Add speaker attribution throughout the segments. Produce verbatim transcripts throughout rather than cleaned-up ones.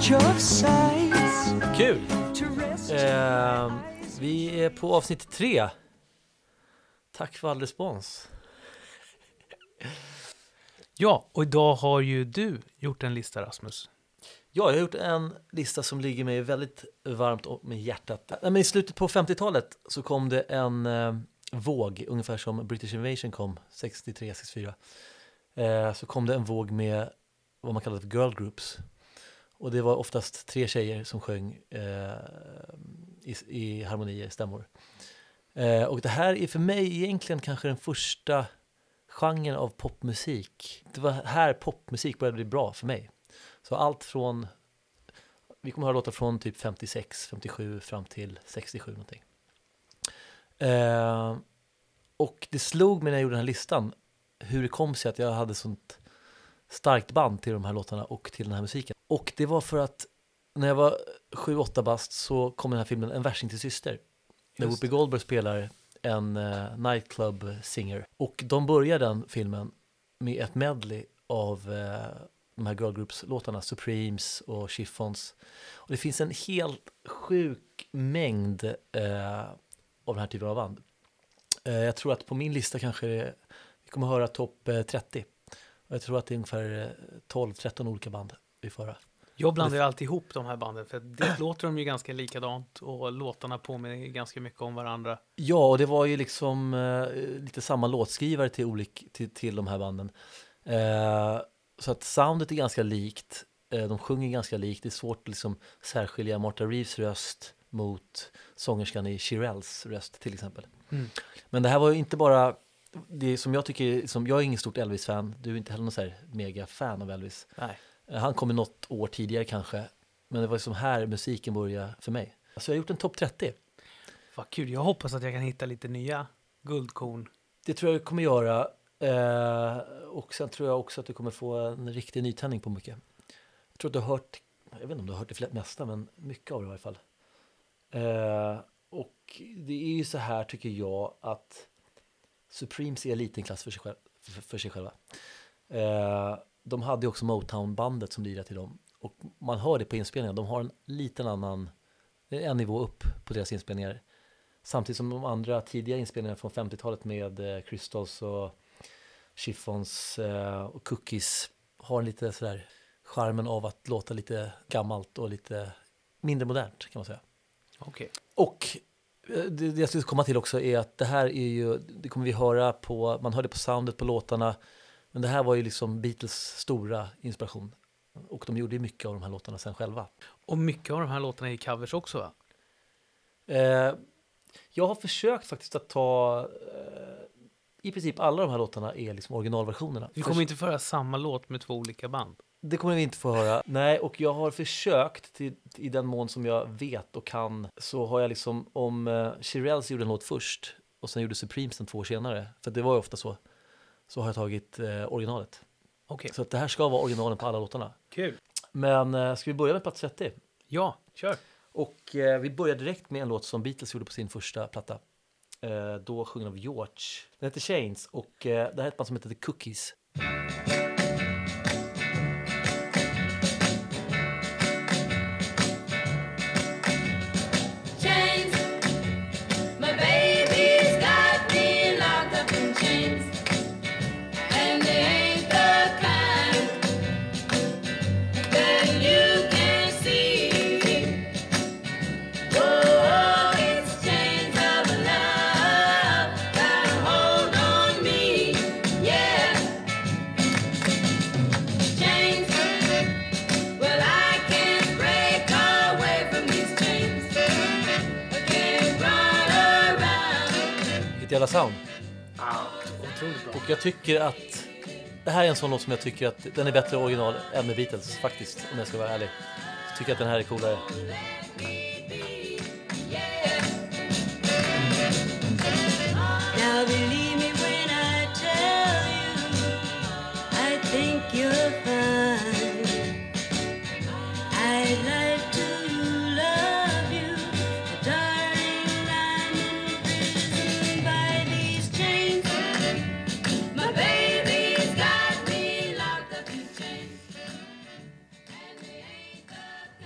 Speaker 1: change of sights.
Speaker 2: Kul! Eh, vi är på avsnitt tre. Tack för all respons.
Speaker 3: Ja, och idag har ju du gjort en lista, Rasmus.
Speaker 2: Ja, jag har gjort en lista som ligger mig väldigt varmt om i hjärtat. Men i slutet på femtiotalet så kom det en eh, våg, ungefär som British Invasion kom sextiotre sextiofyra. Eh, så kom det en våg med vad man kallar för girl groups. Och det var oftast tre tjejer som sjöng eh, i, i harmonier, stämmor. Eh, och det här är för mig egentligen kanske den första genren av popmusik. Det var här popmusik började bli bra för mig. Så allt från, vi kommer att höra låtar från typ femtiosex, femtiosju fram till sextiosju någonting. Eh, och det slog mig när jag gjorde den här listan hur det kom sig att jag hade sånt starkt band till de här låtarna och till den här musiken. Och det var för att när jag var sju åtta bast så kom den här filmen En värsting till syster. Där Whoopi Goldberg spelar en uh, nightclub singer. Och de börjar den filmen med ett medley av uh, de här girl groups låtarna, Supremes och Chiffons. Och det finns en helt sjuk mängd uh, av den här typen av band. Uh, jag tror att på min lista kanske det, vi kommer höra topp uh, trettio. Och jag tror att det är ungefär tolv tretton olika band vi får höra.
Speaker 3: Jag blandar ju alltid ihop de här banden för det låter de ju ganska likadant och låtarna påminner ganska mycket om varandra.
Speaker 2: Ja, och det var ju liksom uh, lite samma låtskrivare till, olik, till, till de här banden. Uh, så att soundet är ganska likt. Uh, de sjunger ganska likt. Det är svårt att liksom särskilja Martha Reeves röst mot sångerskan i Shirelles röst till exempel.
Speaker 3: Mm.
Speaker 2: Men det här var ju inte bara det som jag tycker, som jag är ingen stort Elvis-fan. Du är inte heller någon så här mega-fan av Elvis.
Speaker 3: Nej.
Speaker 2: Han kom något år tidigare kanske. Men det var som här musiken började för mig. Så jag har gjort en topp trettio.
Speaker 3: Vad kul, jag hoppas att jag kan hitta lite nya guldkorn.
Speaker 2: Det tror jag jag kommer göra. Eh, och sen tror jag också att du kommer få en riktig nytändning på mycket. Jag tror att du har hört, jag vet inte om du har hört det mesta, men mycket av det i alla fall. Eh, och det är ju så här tycker jag att Supremes är en liten klass för sig, själv, för, för sig själva. Eh, de hade ju också Motown-bandet som lirade till dem. Och man hör det på inspelningen. De har en liten annan, en nivå upp på deras inspelningar. Samtidigt som de andra tidiga inspelningarna från femtiotalet med eh, Crystals och Chiffons eh, och Cookies har en lite sådär charmen av att låta lite gammalt och lite mindre modernt kan man säga.
Speaker 3: Okej.
Speaker 2: Och det jag skulle komma till också är att det här är ju, det kommer vi höra på, man hör det på soundet på låtarna, men det här var ju liksom Beatles stora inspiration och de gjorde ju mycket av de här låtarna sen själva.
Speaker 3: Och mycket av de här låtarna är covers också, va?
Speaker 2: Eh, jag har försökt faktiskt att ta eh, i princip alla de här låtarna är liksom originalversionerna.
Speaker 3: Vi kommer inte föra samma låt med två olika band.
Speaker 2: Det kommer vi inte få höra. Nej, och jag har försökt till, i den mån som jag vet och kan, så har jag liksom, om uh, Shirelles gjorde en låt först och sen gjorde Supremes den två år senare, för det var ju ofta så, så har jag tagit uh, originalet.
Speaker 3: Okej.
Speaker 2: Så att det här ska vara originalen på alla låtarna.
Speaker 3: Kul.
Speaker 2: Men uh, ska vi börja med plats trettio?
Speaker 3: Ja, kör.
Speaker 2: Och uh, vi börjar direkt med en låt som Beatles gjorde på sin första platta. Uh, då sjunger de George. Den heter Chains och uh, det här är ett band som heter The Cookies. Jävla sound.
Speaker 3: Ah, otroligt bra.
Speaker 2: Och jag tycker att det här är en sån låt som jag tycker att den är bättre original än med Beatles faktiskt, om jag ska vara ärlig. Jag tycker att den här är coolare.
Speaker 1: Now believe me when I tell you I think you're fine. I'd like to love you, darling, I'm in prison by these chains. My baby's got me locked up in chains.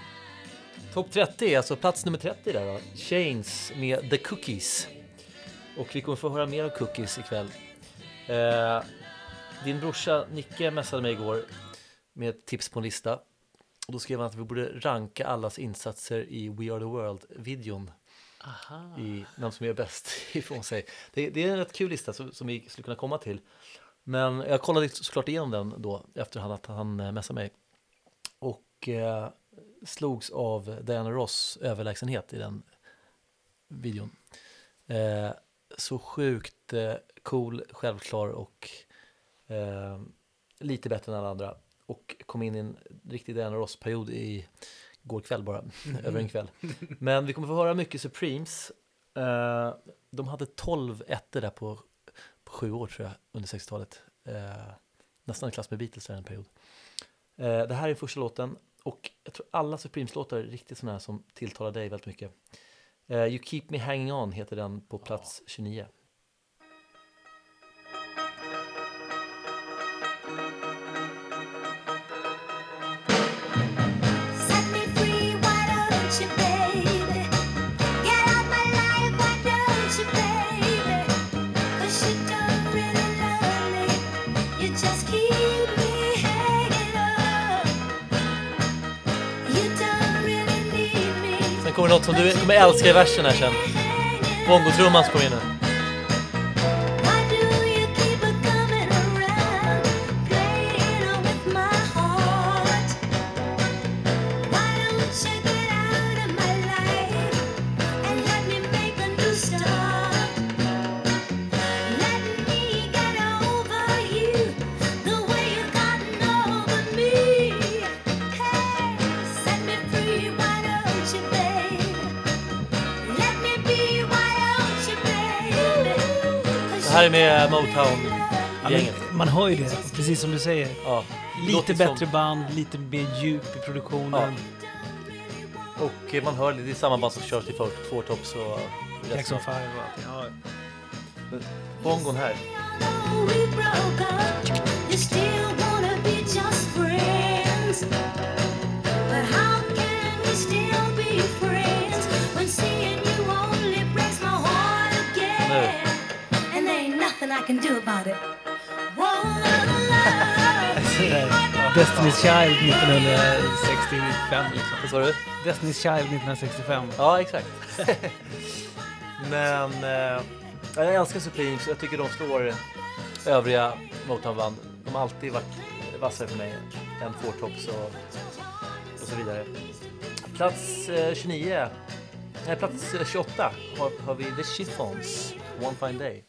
Speaker 2: Topp trettio, alltså plats nummer trettio där då. Chains med The Cookies. Och vi kommer få höra mer av Cookies ikväll. Eh, din brorsa Nicke messade mig igår med ett tips på en lista. Och då skrev han att vi borde ranka allas insatser i We Are The World-videon.
Speaker 3: Aha.
Speaker 2: I vem som är bäst ifrån sig. Det, det är en rätt kul lista som, som vi skulle kunna komma till. Men jag kollade såklart igenom den då efter att han messade mig. Och eh, slogs av Diana Ross överlägsenhet i den videon. Eh, så sjukt eh, cool, självklar och eh, lite bättre än alla andra. Och kom in i en riktig Diana Ross-period i går kväll bara, över en kväll. Men vi kommer få höra mycket Supremes. Eh, de hade tolv ettor där på, på sju år tror jag, under sextiotalet. Eh, nästan en klass med Beatles i en period. Eh, det här är första låten. Och jag tror alla Supremes-låtar är riktigt sådana här som tilltalar dig väldigt mycket. Uh, You Keep Me Hanging On heter den på plats tjugonio. Kommer något som du kommer älska i versen här sen. Bongotrumman som kommer in nu. Det här är med Motown-gänget.
Speaker 3: Ja, man hör ju det, precis som du säger.
Speaker 2: Ja,
Speaker 3: lite bättre
Speaker 2: som...
Speaker 3: band, lite mer djup i produktionen.
Speaker 2: Ja. Och man hör det är samma band som körs till Four Tops och
Speaker 3: Jackson five och allting. Ja.
Speaker 2: Men bongon här.
Speaker 1: I can do about it.
Speaker 3: Destiny's Child nittonhundrasextiofem liksom.
Speaker 2: Vad sa du?
Speaker 3: Destiny's Child nittonhundrasextiofem.
Speaker 2: Ja, exakt. Men eh, jag älskar Supremes. Jag tycker de slår övriga Motown-band. De har alltid varit vassare för mig än Four Tops och, och så vidare. Plats eh, tjugonio. Nej, plats tjugoåtta har, har vi The Chiffons, One Fine Day.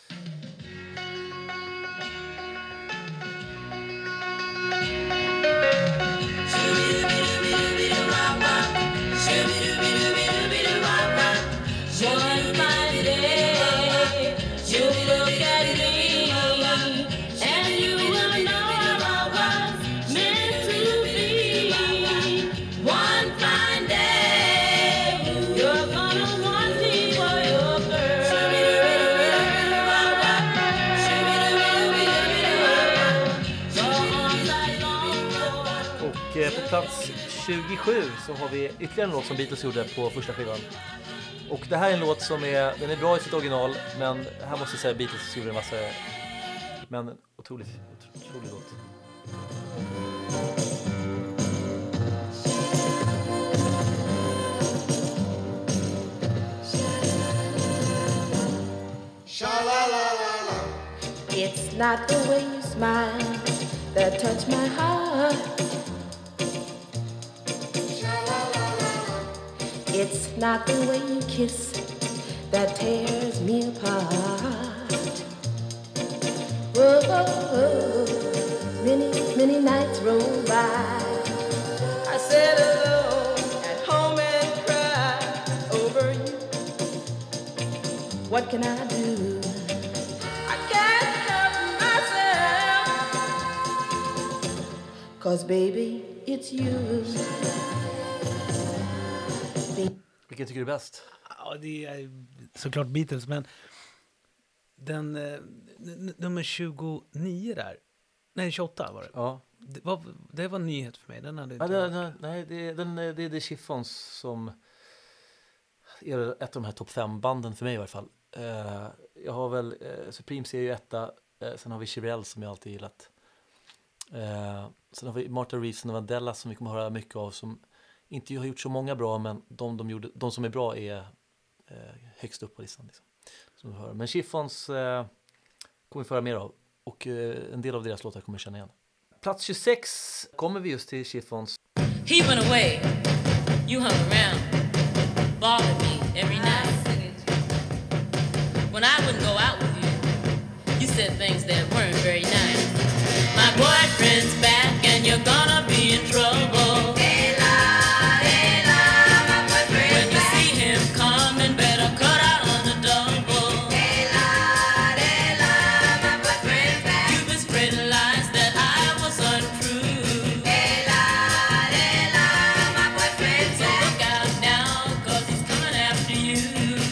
Speaker 2: På plats tjugosju så har vi ytterligare en låt som Beatles gjorde på första skivan. Och det här är en låt som är, den är bra i sitt original, men här måste jag säga Beatles gjorde en massa, men otroligt, otroligt låt.
Speaker 4: It's not the way you smile that touch my heart. It's not the way you kiss that tears me apart. Whoa, whoa, whoa. Many, many nights roll by. I sat alone at home and cried over you. What can I do? I can't help myself. 'Cause baby, it's you.
Speaker 2: Vilken tycker du är bäst?
Speaker 3: Ja, det är såklart Beatles, men den eh, n- nummer tjugonio där. Nej, tjugoåtta var det.
Speaker 2: Ja.
Speaker 3: Det var, det var en nyhet för mig. Den hade
Speaker 2: Ja,
Speaker 3: inte
Speaker 2: det,
Speaker 3: hört.
Speaker 2: det, nej, det, den, det, det är Chiffons som är ett av de här topp fem banden för mig i alla fall. Uh, jag har väl, uh, Supremes är ju etta, uh, sen har vi Chirel som jag alltid gillat. Uh, sen har vi Martha Reeves och Vandella som vi kommer höra mycket av, som inte har gjort så många bra, men de, de, gjorde, de som är bra är uh, högst upp på listan. Liksom, som vi hör. Men Chiffons uh, kommer vi föra mer av, och uh, en del av deras låtar kommer jag känna igen. Plats tjugosex kommer vi just till Chiffons.
Speaker 1: He went away. You hung around, bothered me every night. When I wouldn't go out with you, you said things that weren't very nice. My boyfriend's back and you're gonna be in trouble. When you see him coming, better cut out on the double. You've been spreading lies that I was untrue. So look out now, 'cause he's coming after you.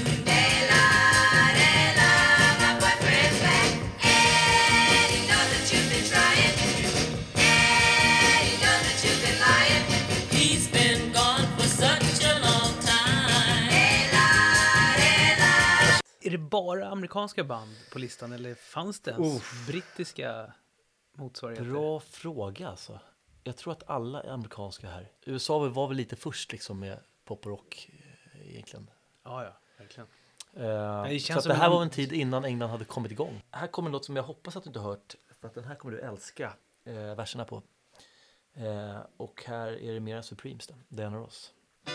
Speaker 1: He's been gone for such a long time.
Speaker 3: Är det bara amerikanska band på listan, eller fanns det ens
Speaker 2: Uff.
Speaker 3: brittiska motsvarigheter?
Speaker 2: Bra fråga alltså. Jag tror att alla är amerikanska här. U S A var väl lite först liksom med pop och rock eh, egentligen.
Speaker 3: Ja, ja, verkligen.
Speaker 2: Eh,
Speaker 3: det
Speaker 2: så
Speaker 3: känns
Speaker 2: att
Speaker 3: som
Speaker 2: det här
Speaker 3: en-
Speaker 2: var en tid innan England hade kommit igång. Här kommer något som jag hoppas att du inte har hört, för att den här kommer du älska eh, verserna på. Eh, och här är det mera Supremes då, Diana Ross.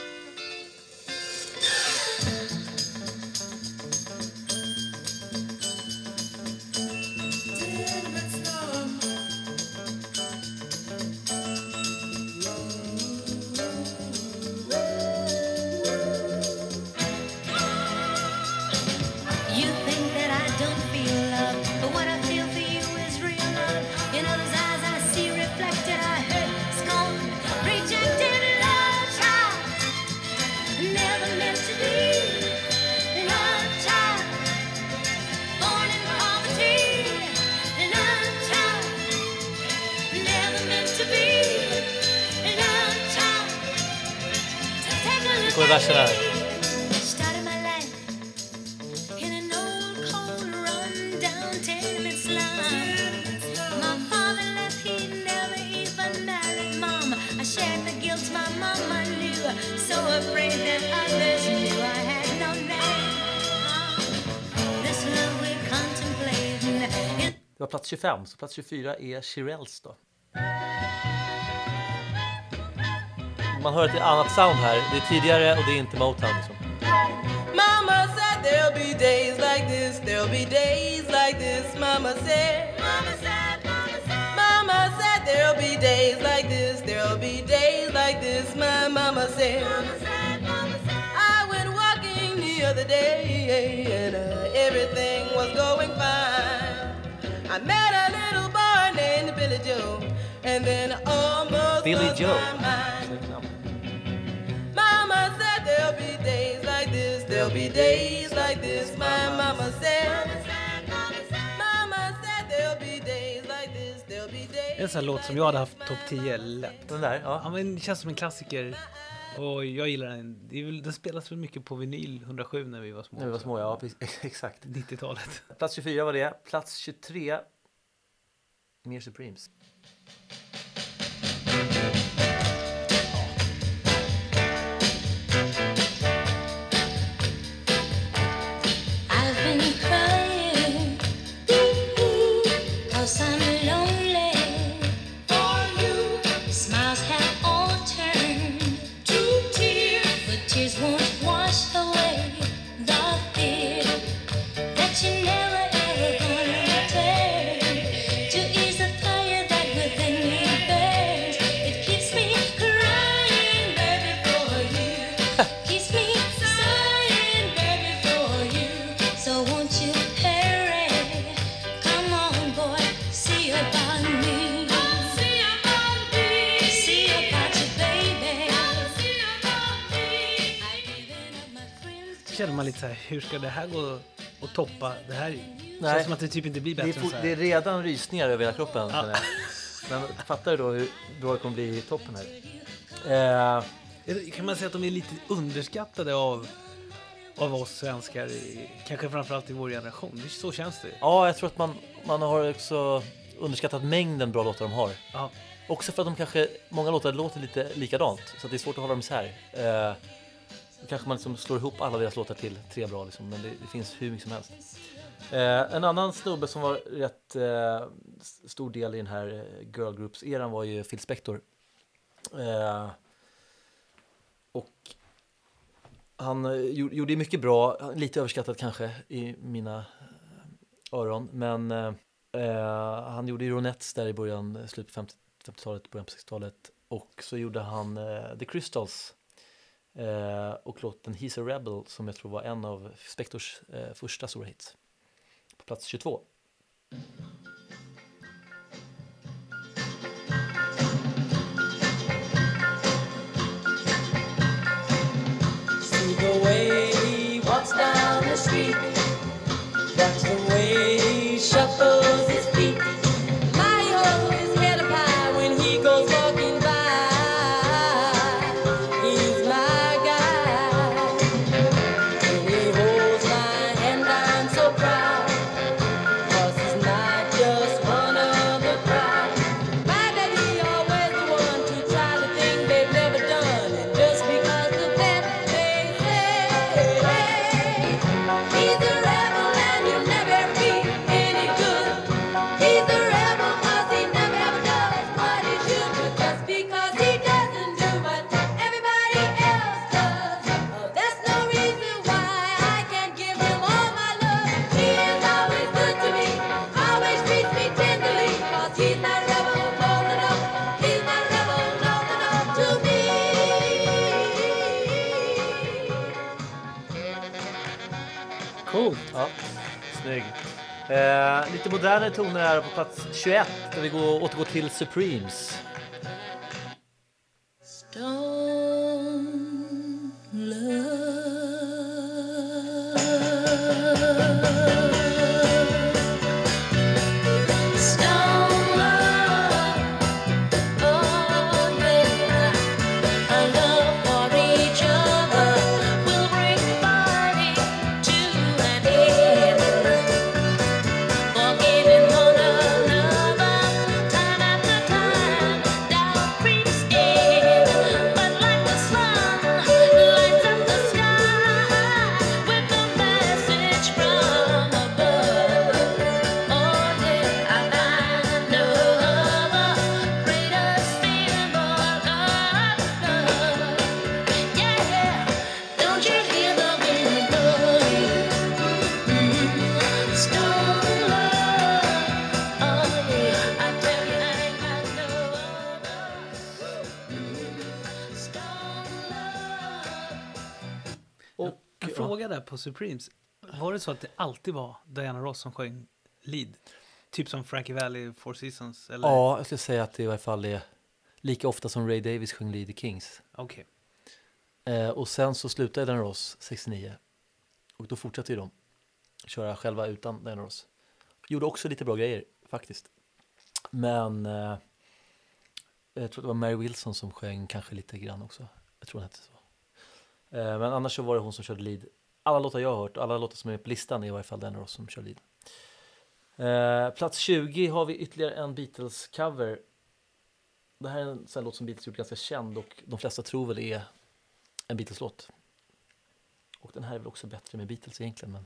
Speaker 1: You think that I don't feel love, but what I feel for you is real love. In others' eyes I see reflected, I hurt, scorn, rejected love child. Never meant to be love child. Born in poverty, love child. Never meant to be love child. So take a look
Speaker 2: kommer verserna
Speaker 1: at
Speaker 2: här.
Speaker 1: me. Started my life in an old cold run-down tenement slum. My father left, he never even married mom. I shared the guilt my mama knew, so afraid that others knew I had no name. This love we're contemplating is
Speaker 2: Det var plats tjugofem, så plats tjugofyra är Chirels då. Man hör ett annat sound här. Det är tidigare och det är inte Motown liksom.
Speaker 5: Mama said there'll be days like this, there'll be days like this. Mama said, Mama said, Mama said, Mama said there'll be days like this, there'll be days like this. My mama said, Mama said, Mama said. I went walking the other day and uh, everything was going fine. I met a little boy named Billy Joe, and then almost
Speaker 2: Billy
Speaker 5: lost
Speaker 2: Joe.
Speaker 5: my mind. Mama said there'll be days like this, there'll be days like this. My mama said, Mama said there'll be days like this, there'll be days.
Speaker 3: En sån här låt som jag hade haft topp tio lätt.
Speaker 2: Den där,
Speaker 3: Ja,
Speaker 2: ja.
Speaker 3: men det känns som en klassiker. Och jag gillar den. Det är väl, den spelas väl mycket på vinyl hundrasju när vi var små.
Speaker 2: När vi var
Speaker 3: också.
Speaker 2: små, ja, precis, exakt.
Speaker 3: nittiotalet.
Speaker 2: Plats tjugofyra var det. Plats tjugotre, mer Supremes.
Speaker 1: I've been crying, 'cause I'm lonely for you. Smiles have all turned to tears, but tears won't wash away the fear that you never ever gonna return. To ease the fire that within me burns, it keeps me crying, baby, for you. Keeps me sighing, baby, for you. So won't you hurry? Come on, boy, see about me. See about me. See about you, baby. See about me. I've given up my friends.
Speaker 3: Känner man lite så här, hur ska det här gå att toppa? Det här
Speaker 2: Nej.
Speaker 3: känns som att det typ inte blir
Speaker 2: Det
Speaker 3: bättre
Speaker 2: är,
Speaker 3: än
Speaker 2: fort,
Speaker 3: så
Speaker 2: det är
Speaker 3: här.
Speaker 2: redan rysningar över hela kroppen.
Speaker 3: Ja.
Speaker 2: känner jag. Men fattar du då hur bra det kommer bli i toppen här? Eh,
Speaker 3: Kan man säga att de är lite underskattade av, av oss svenskar, i, kanske framförallt i vår generation? Så känns det.
Speaker 2: ja, jag tror att man, man har också underskattat mängden bra låtar de har.
Speaker 3: Ja.
Speaker 2: Också för att de kanske, många låtar låter lite likadant, så att det är svårt att hålla dem isär. Eh, då kanske man liksom slår ihop alla deras låtar till tre bra, liksom, men det, det finns hur mycket som helst. Eh, en annan snubbe som var rätt eh, stor del i den här girl groups-eran var ju Phil Spector. Eh, och han eh, gjorde mycket bra, lite överskattat kanske i mina öron, men eh, han gjorde ju Ronettes där i början, slutet på femtiotalet, början på sextiotalet, och så gjorde han eh, The Crystals eh, och låten He's a Rebel, som jag tror var en av Spectors eh, första stora hits, på plats tjugotvå.
Speaker 5: See the way he walks down the street. Watch the way he shuffles his feet. My oh, his head up high when he goes walking by. He's my guy. When he holds my hand, I'm so proud. 'Cause he's not just one of the crowd. My daddy always the one to try the thing they've never done. And just because of that, they say, he's a rebel and you'll never ever be any good. He's a rebel 'cause he never ever does what he should. But just because he doesn't do what everybody else does, oh, that's no reason why I can't give him all my love. He is always good to me, always treats me tenderly. 'Cause he's my rebel, old enough. He's my rebel, old enough to me.
Speaker 3: Cool.
Speaker 2: Ja, snygg. Eh, lite modernare toner här på plats tjugoett, där vi går, återgår till Supremes.
Speaker 1: Stone love. Stone love. Oh, yeah. A love for each other will bring fighting to an end. Forgiving one another time after time, doubt creeps in. But like the sun lights up the sky with a message from above. Oh yeah, I find no other greater symbol of love. Yeah, don't you hear the wind blowing? Mm, stone love. Oh yeah, I tell you I ain't got no other. Mm, stone love.
Speaker 2: Och,
Speaker 3: En fråga där på Supremes. Var det så att det alltid var Diana Ross som sjöng lead? Typ som Frankie Valli, Four Seasons? Eller?
Speaker 2: ja, jag skulle säga att det i varje fall är lika ofta som Ray Davis sjöng lead i Kings.
Speaker 3: Okej.
Speaker 2: Eh, och sen så slutade Diana Ross sextionio. Och då fortsatte ju de köra själva utan Diana Ross. Gjorde också lite bra grejer, faktiskt. Men eh, jag tror det var Mary Wilson som sjöng kanske lite grann också. Jag tror hon hette så. Eh, men annars så var det hon som körde lead. Alla låtar jag har hört, alla låtar som är på listan är i varje fall Diana Ross som kör lead. Eh, plats tjugo har vi ytterligare en Beatles-cover. Det här är en sån här låt som Beatles gjort ganska känd, och de flesta tror väl är en Beatles-låt. Och den här är väl också bättre med Beatles egentligen, men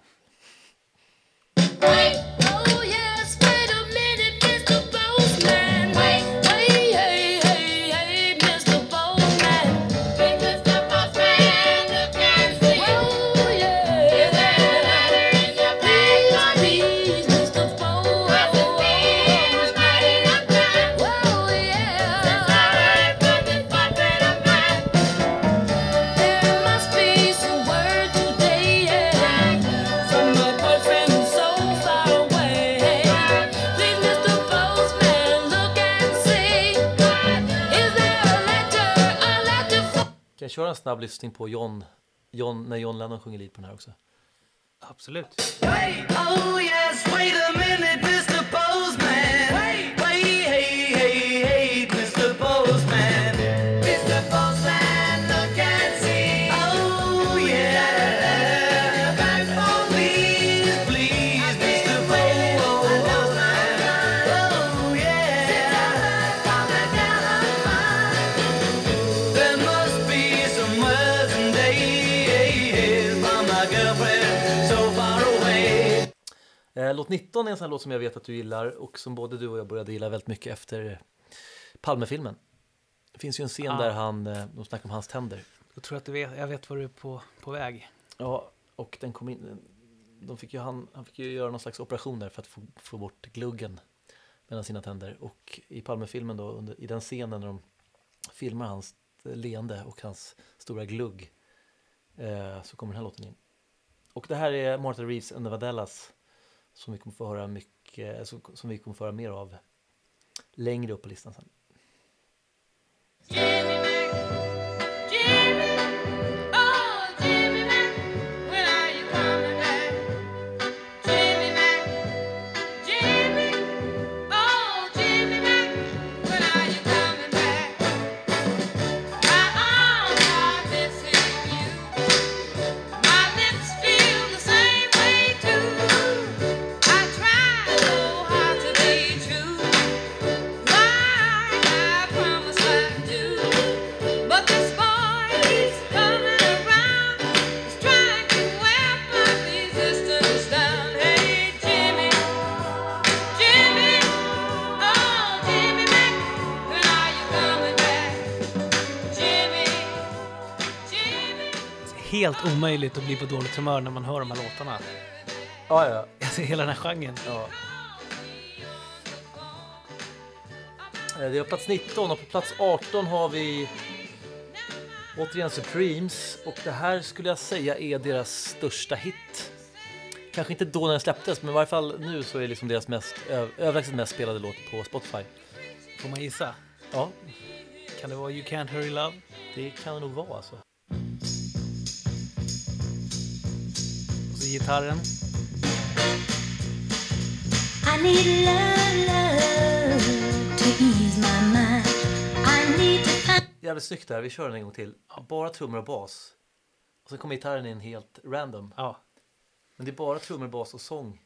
Speaker 1: Wait, oh yes, wait a minute, Mister Postman. Wait, hey, hey, hey, hey, Mister Postman. Hey, Mister Postman, look and see. Oh yeah, is there a letter in your bag? Please, please, Mister Postman. Oh yeah, since I heard from this portrait of mine, there must be some word today, yeah, from my boyfriend who's so far away. Please, Mister Postman, look and see. Is there a letter, a letter for...
Speaker 2: kan jag köra en snabb lyssning på John, John när John Lennon sjunger lead på den här också?
Speaker 3: Absolut.
Speaker 5: Wait, oh yes, wait a minute, Mister Postman. Wait, wait, hey, hey,
Speaker 2: Eh, låt nitton är en sån här låt som jag vet att du gillar och som både du och jag började gilla väldigt mycket efter Palmefilmen. Det finns ju en scen
Speaker 3: Ah.
Speaker 2: där han, eh, de snackar om hans tänder.
Speaker 3: Jag tror att du vet, jag vet var du är på, på väg.
Speaker 2: Ja, och den kom in, de fick ju, han, han fick ju göra någon slags operation där för att få, få bort gluggen mellan sina tänder. Och i Palmefilmen då, under, i den scenen när de filmar hans leende och hans stora glugg, eh, så kommer den här låten in. Och det här är Martha Reeves and the Vandellas som vi kommer få höra mycket, som, som vi kommer få höra mer av längre upp på listan sen.
Speaker 1: Jimmy Mac, Jimmy, oh Jimmy Mac, when are you coming back? Jimmy Mac, Jimmy, oh Jimmy Mac, when are you coming back? My arms are missing you, my lips feel the same way too. I try so hard to be true, like I promised I'd do. But this boy keeps coming around, he's trying to wear my resistance down. Hey Jimmy, Jimmy, oh Jimmy Mac, when are you coming back? Jimmy, Jimmy.
Speaker 3: Helt omöjligt att bli på dåligt humör när man hör de här låtarna.
Speaker 2: Ja, ja.
Speaker 3: Alltså hela den här genren.
Speaker 2: Ja. Eh, Det är plats nitton och på plats arton har vi återigen Supremes och det här skulle jag säga är deras största hit. Kanske inte då när den släpptes, men i varje fall nu så är det liksom deras mest ö- överlägset mest spelade låt på Spotify.
Speaker 3: Får man gissa?
Speaker 2: Ja,
Speaker 3: Kan det vara You Can't Hurry Love?
Speaker 2: det kan det nog vara alltså.
Speaker 3: Och så gitarren.
Speaker 1: I need love, love to ease my mind. I need to find.
Speaker 2: Jävligt snyggt där, vi kör den en gång till. Bara trummor och bas. Och så kommer gitarren in helt random.
Speaker 3: Ja.
Speaker 2: Men det är bara trummor, bas och sång.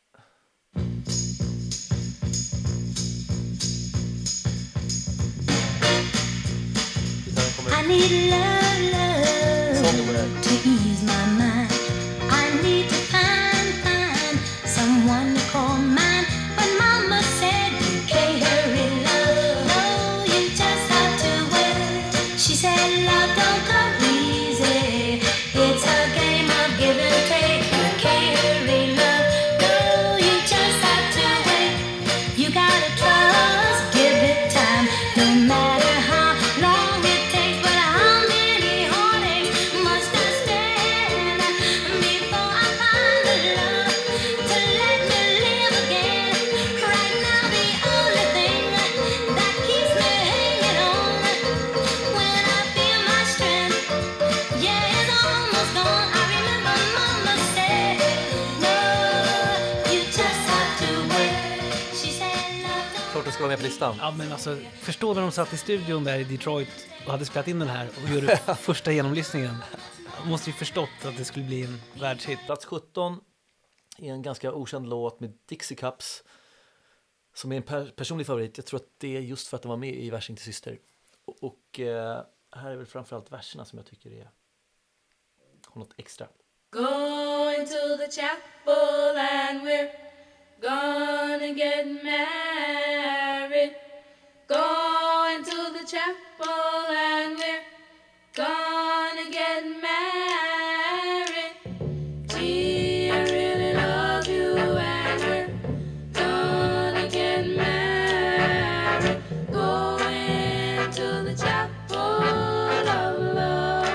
Speaker 2: Gitarren kommer
Speaker 1: I need love, love
Speaker 2: Sången börjar.
Speaker 1: to ease my mind. I need to find, find someone to call mine. But Mama said you can't hurry love. No, you just have to wait. She said love don't come easy. It's a game of give and take. You can't hurry love. No, you just have to wait. You gotta trust, give it time. No matter how long it takes, but how many heartaches must I stand before I find the love to let me live again? Right now, the only thing that keeps me hanging on when I feel my strength, yeah, it's almost gone. I remember Mama said, no, you just have to wait. She said, love don't.
Speaker 2: Klart den ska vara med på listan.
Speaker 3: Ja, men alltså, förstå när de satt i studion där i Detroit och hade spelat in den här och gjorde första genomlyssningen. De måste ju förstått att det skulle bli en världshit.
Speaker 2: Plats sjutton är en ganska okänd låt med Dixie Cups som är en per- personlig favorit. Jag tror att det är just för att den var med i Värsting till syster. Och, och eh, här är väl framförallt verserna som jag tycker är har något extra.
Speaker 5: Going to the chapel and we're gonna get married. Going to the chapel and we're gonna get married. Gee, I really love you and we're gonna get married. Going to the chapel of love.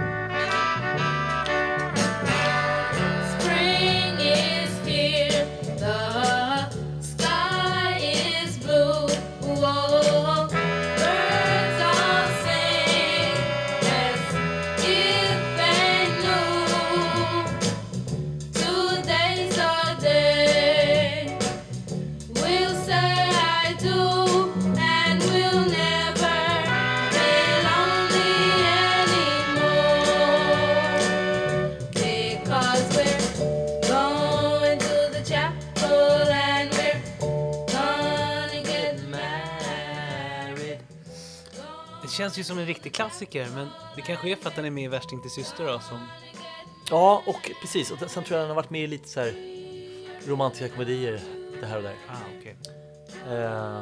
Speaker 5: Spring is here, the sky is blue. Whoa, birds all sing as if they knew. Today's our day. We'll say I do, and we'll never be lonely anymore. Because we're going to the chapel and we're gonna get married.
Speaker 3: Det känns ju som en riktig klassiker, men det kanske är för att den är med i Värsting till syster då, som...
Speaker 2: Ja, och precis. Och sen tror jag den har varit med i lite så här romantiska komedier det här och där.
Speaker 3: Ah, okej.
Speaker 2: Eh,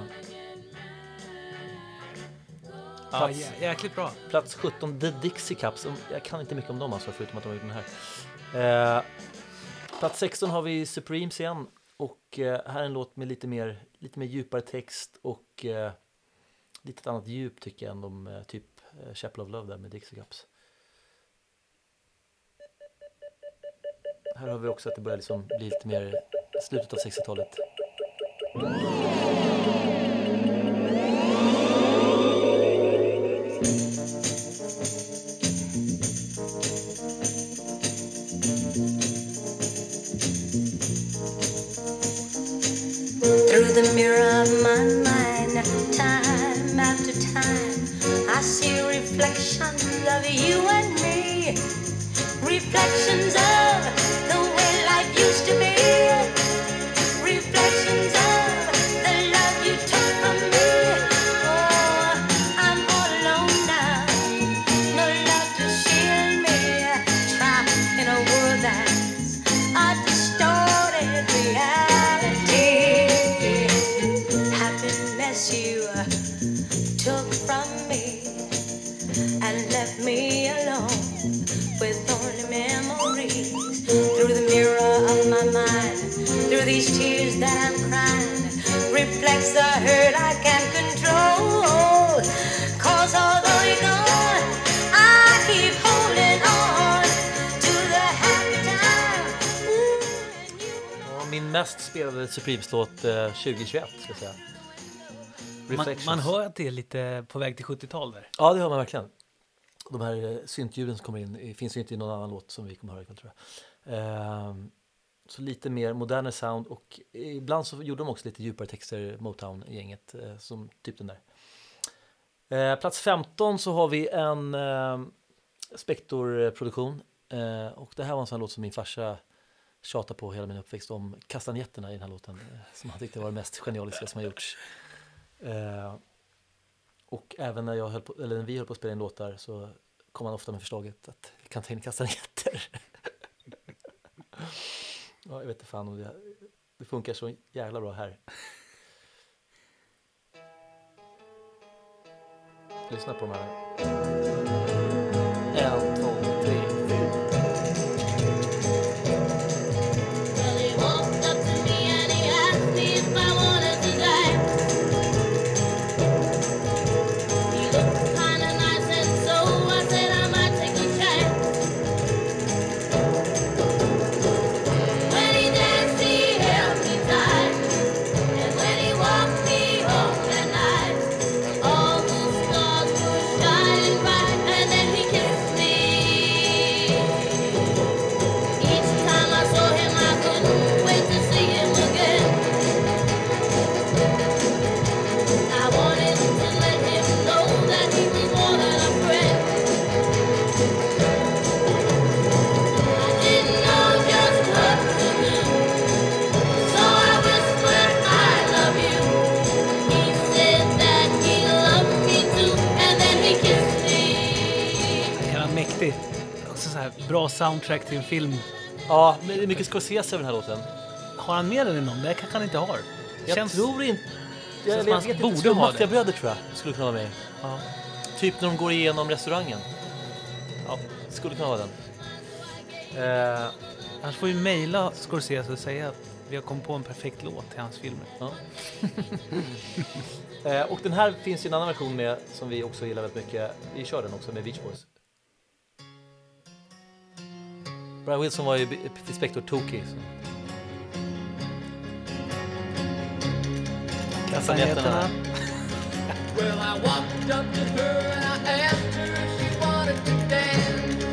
Speaker 3: Ja,
Speaker 2: plats,
Speaker 3: jä- jäkligt bra.
Speaker 2: plats sjutton, The Dixie Cups. Jag kan inte mycket om dem alltså, förutom att de har gjort den här. Eh, plats sexton har vi Supremes igen. Och eh, här är en låt med lite mer, lite mer djupare text och eh, lite ett annat djup tycker jag än de eh, typ eh, Chapel of Love där med Dixie Cups. Här har vi också att det börjar liksom bli lite mer slutet av sextiotalet.
Speaker 1: Through the mirror of my mind, time after time, I see reflections of you and me. Reflections of the way life used to be. Reflections of the love you took from me. Oh, I'm all alone now. No love to shield me. Trapped in a world that's a distorted reality. Happiness you took from me and left me alone with only memories. Through the mirror of my mind, through these tears that I'm crying, reflects the hurt I can't control. Cause although you're gone, I keep holding on to the happy time. Ooh, and you.
Speaker 2: Ja, min mest spelade Supremes-låt eh, tjugohundratjugoett ska jag säga.
Speaker 3: Man,
Speaker 2: Reflections.
Speaker 3: man hör att det är lite på väg till sjuttiotal där.
Speaker 2: Ja, det hör man verkligen. De här eh, syntljuden som kommer in eh, finns ju inte i någon annan låt som vi kommer höra ikväll, tror jag. Ehm, så lite mer modernare sound och ibland så gjorde de också lite djupare texter, Motown-gänget, eh, som typ den där. Eh, plats femton så har vi en eh, Spector-produktion eh, och det här var en sån låt som min farsa tjatade på hela min uppväxt om kastanjetterna i den här låten eh, som han tyckte var det mest genialiska som har gjorts. Eh, och även när, jag höll på, eller när vi höll på att spela in låtar så kom han ofta med förslaget att vi kan ta in kastanjetter. Ja, jag vet inte fan om det, det funkar så jävla bra här. Lyssna på de här. En, två, tre, fyra.
Speaker 1: Well, he walked up to me and he asked me if I wanted to dance. He looked kinda nice and so I said I might take a chance. When he danced he held me tight, and when he walked me home that night, all the stars were shining bright, and then he kissed me. Each time I saw him I couldn't wait to see him again. I wanted to let him know that he was more than a friend. I didn't know just what to do, so I whispered I love you. He said that he loved me too, and then he kissed me.
Speaker 3: Jävla mäktig. Också så här bra soundtrack till en film.
Speaker 2: Ja, men det är mycket Scorsese över den här låten.
Speaker 3: Har han med den i någon? Det kanske han inte har.
Speaker 2: Jag
Speaker 3: Känns-
Speaker 2: tror inte...
Speaker 3: som
Speaker 2: Jag,
Speaker 3: att
Speaker 2: jag
Speaker 3: man
Speaker 2: vet inte,
Speaker 3: borde
Speaker 2: skulle
Speaker 3: ha det.
Speaker 2: Maffiabröder tror jag skulle kunna vara med.
Speaker 3: Ja.
Speaker 2: Typ när de går igenom restaurangen. Ja, skulle kunna vara den. Eh,
Speaker 3: Annars får vi mejla Scorsese och säga att vi har kommit på en perfekt låt till hans filmer.
Speaker 2: ja. eh, och den här finns ju en annan version med som vi också gillar väldigt mycket. Vi kör den också med Beach Boys. Brian Wilson var ju till Spector Tokey.
Speaker 3: Kastanjetterna.
Speaker 5: Well, I walked up to her and I asked her if she wanted to dance.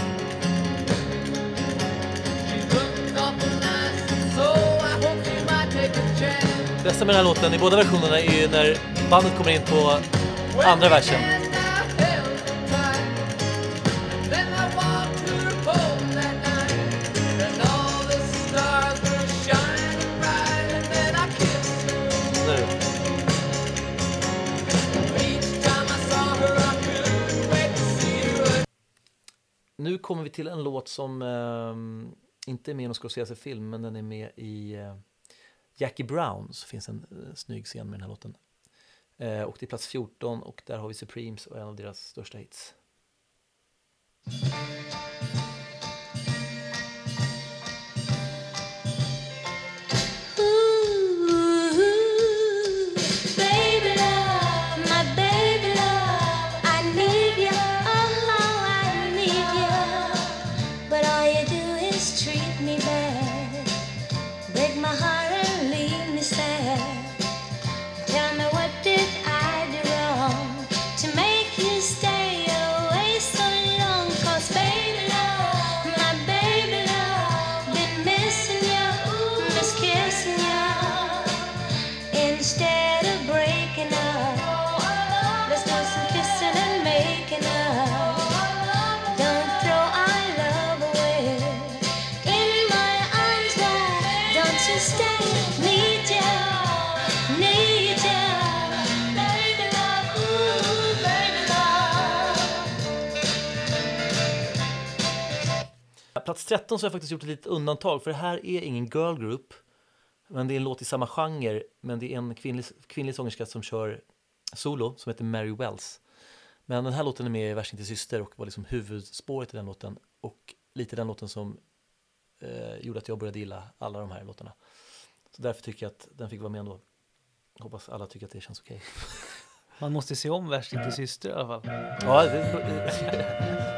Speaker 5: She looked awful nice, so I hope she might take a chance.
Speaker 2: Bästa med den här låten i båda versionerna är ju när bandet kommer in på andra versen.
Speaker 5: And I held her tight. Then I walked her home that night, and all the stars were shining bright, and then I kissed her.
Speaker 2: Nu.
Speaker 5: Each time I saw her, I couldn't wait to see her.
Speaker 2: Nu kommer vi till en låt som ehm, inte med i någon Scorsese-film, men den är med i uh, Jackie Brown, så finns en uh, snygg scen med den här låten. Uh, och det är plats fjorton, och där har vi Supremes och en av deras största hits. Plats tretton så har jag faktiskt gjort ett litet undantag, för det här är ingen girl group, men det är en låt i samma genre, men det är en kvinnlig, kvinnlig sångerska som kör solo som heter Mary Wells. Men den här låten är med i Värsting till syster och var liksom huvudspåret i den låten, och lite den låten som eh, gjorde att jag började gilla alla de här låtarna. Så därför tycker jag att den fick vara med ändå. Hoppas alla tycker att det känns okej.
Speaker 3: Man måste se om Värsting till syster i alla fall.
Speaker 2: Ja, det, det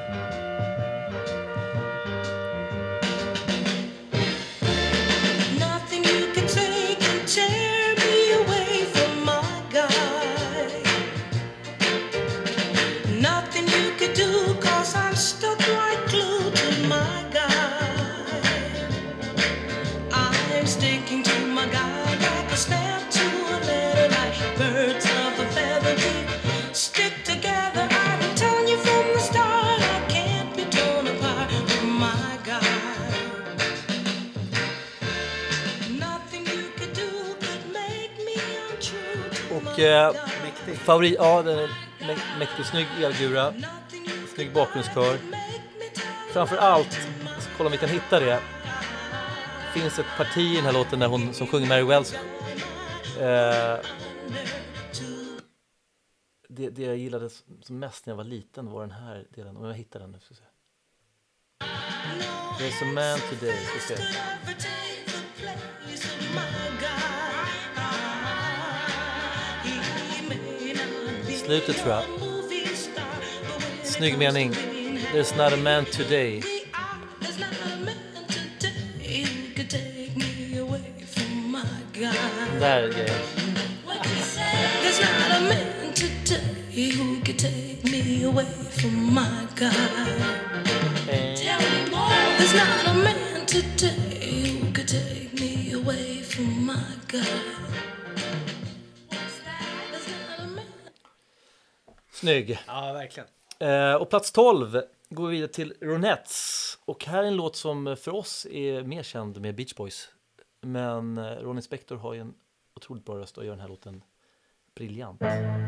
Speaker 2: Eh, favorit, ja, den är mä- mäktigt snygg elgura, snygg bakgrundskör. Framför allt, kolla om vi kan hitta det, finns ett parti i den här låten där hon som sjunger Mary Wells. Eh, det, det jag gillade som mest när jag var liten var den här delen, om jag hittar den nu ska jag se. There's a man today, ska se. Slutet tror jag. Snygg mening. There's not a man today. Där är det. There's not a man today who could take me away from my God. There's not a man today who could take me away from my God. Snygg.
Speaker 3: Ja, verkligen.
Speaker 2: Eh, och plats tolv går vi vidare till Ronettes. Och här är en låt som för oss är mer känd med Beach Boys. Men eh, Ronnie Spector har ju en otroligt bra röst och gör den här låten briljant.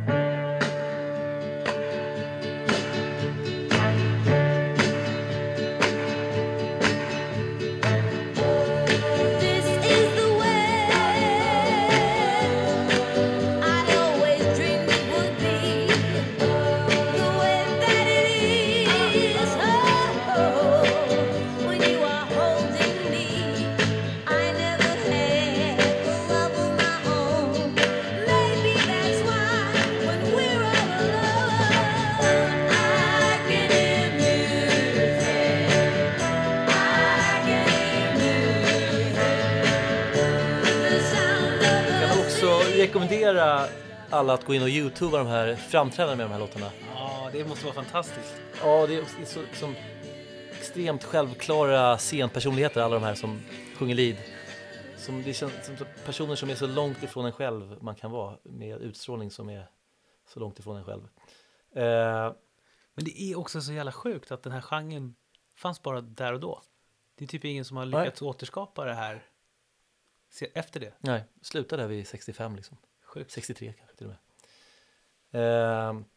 Speaker 2: Rekommendera alla att gå in och YouTubea de här framträdandena med de här låtarna.
Speaker 3: Ja, det måste vara fantastiskt.
Speaker 2: Ja, det är så, som extremt självklara scenpersonligheter, alla de här som sjunger lead. Som det känns som personer som är så långt ifrån en själv man kan vara, med utstrålning som är så långt ifrån en själv. Eh,
Speaker 3: Men det är också så jävla sjukt att den här genren fanns bara där och då. Det är typ ingen som har lyckats nej. återskapa det här efter det.
Speaker 2: Nej, slutade där vid sextiofem liksom.
Speaker 3: Sjukt.
Speaker 2: sextiotre kanske till och med. Eh,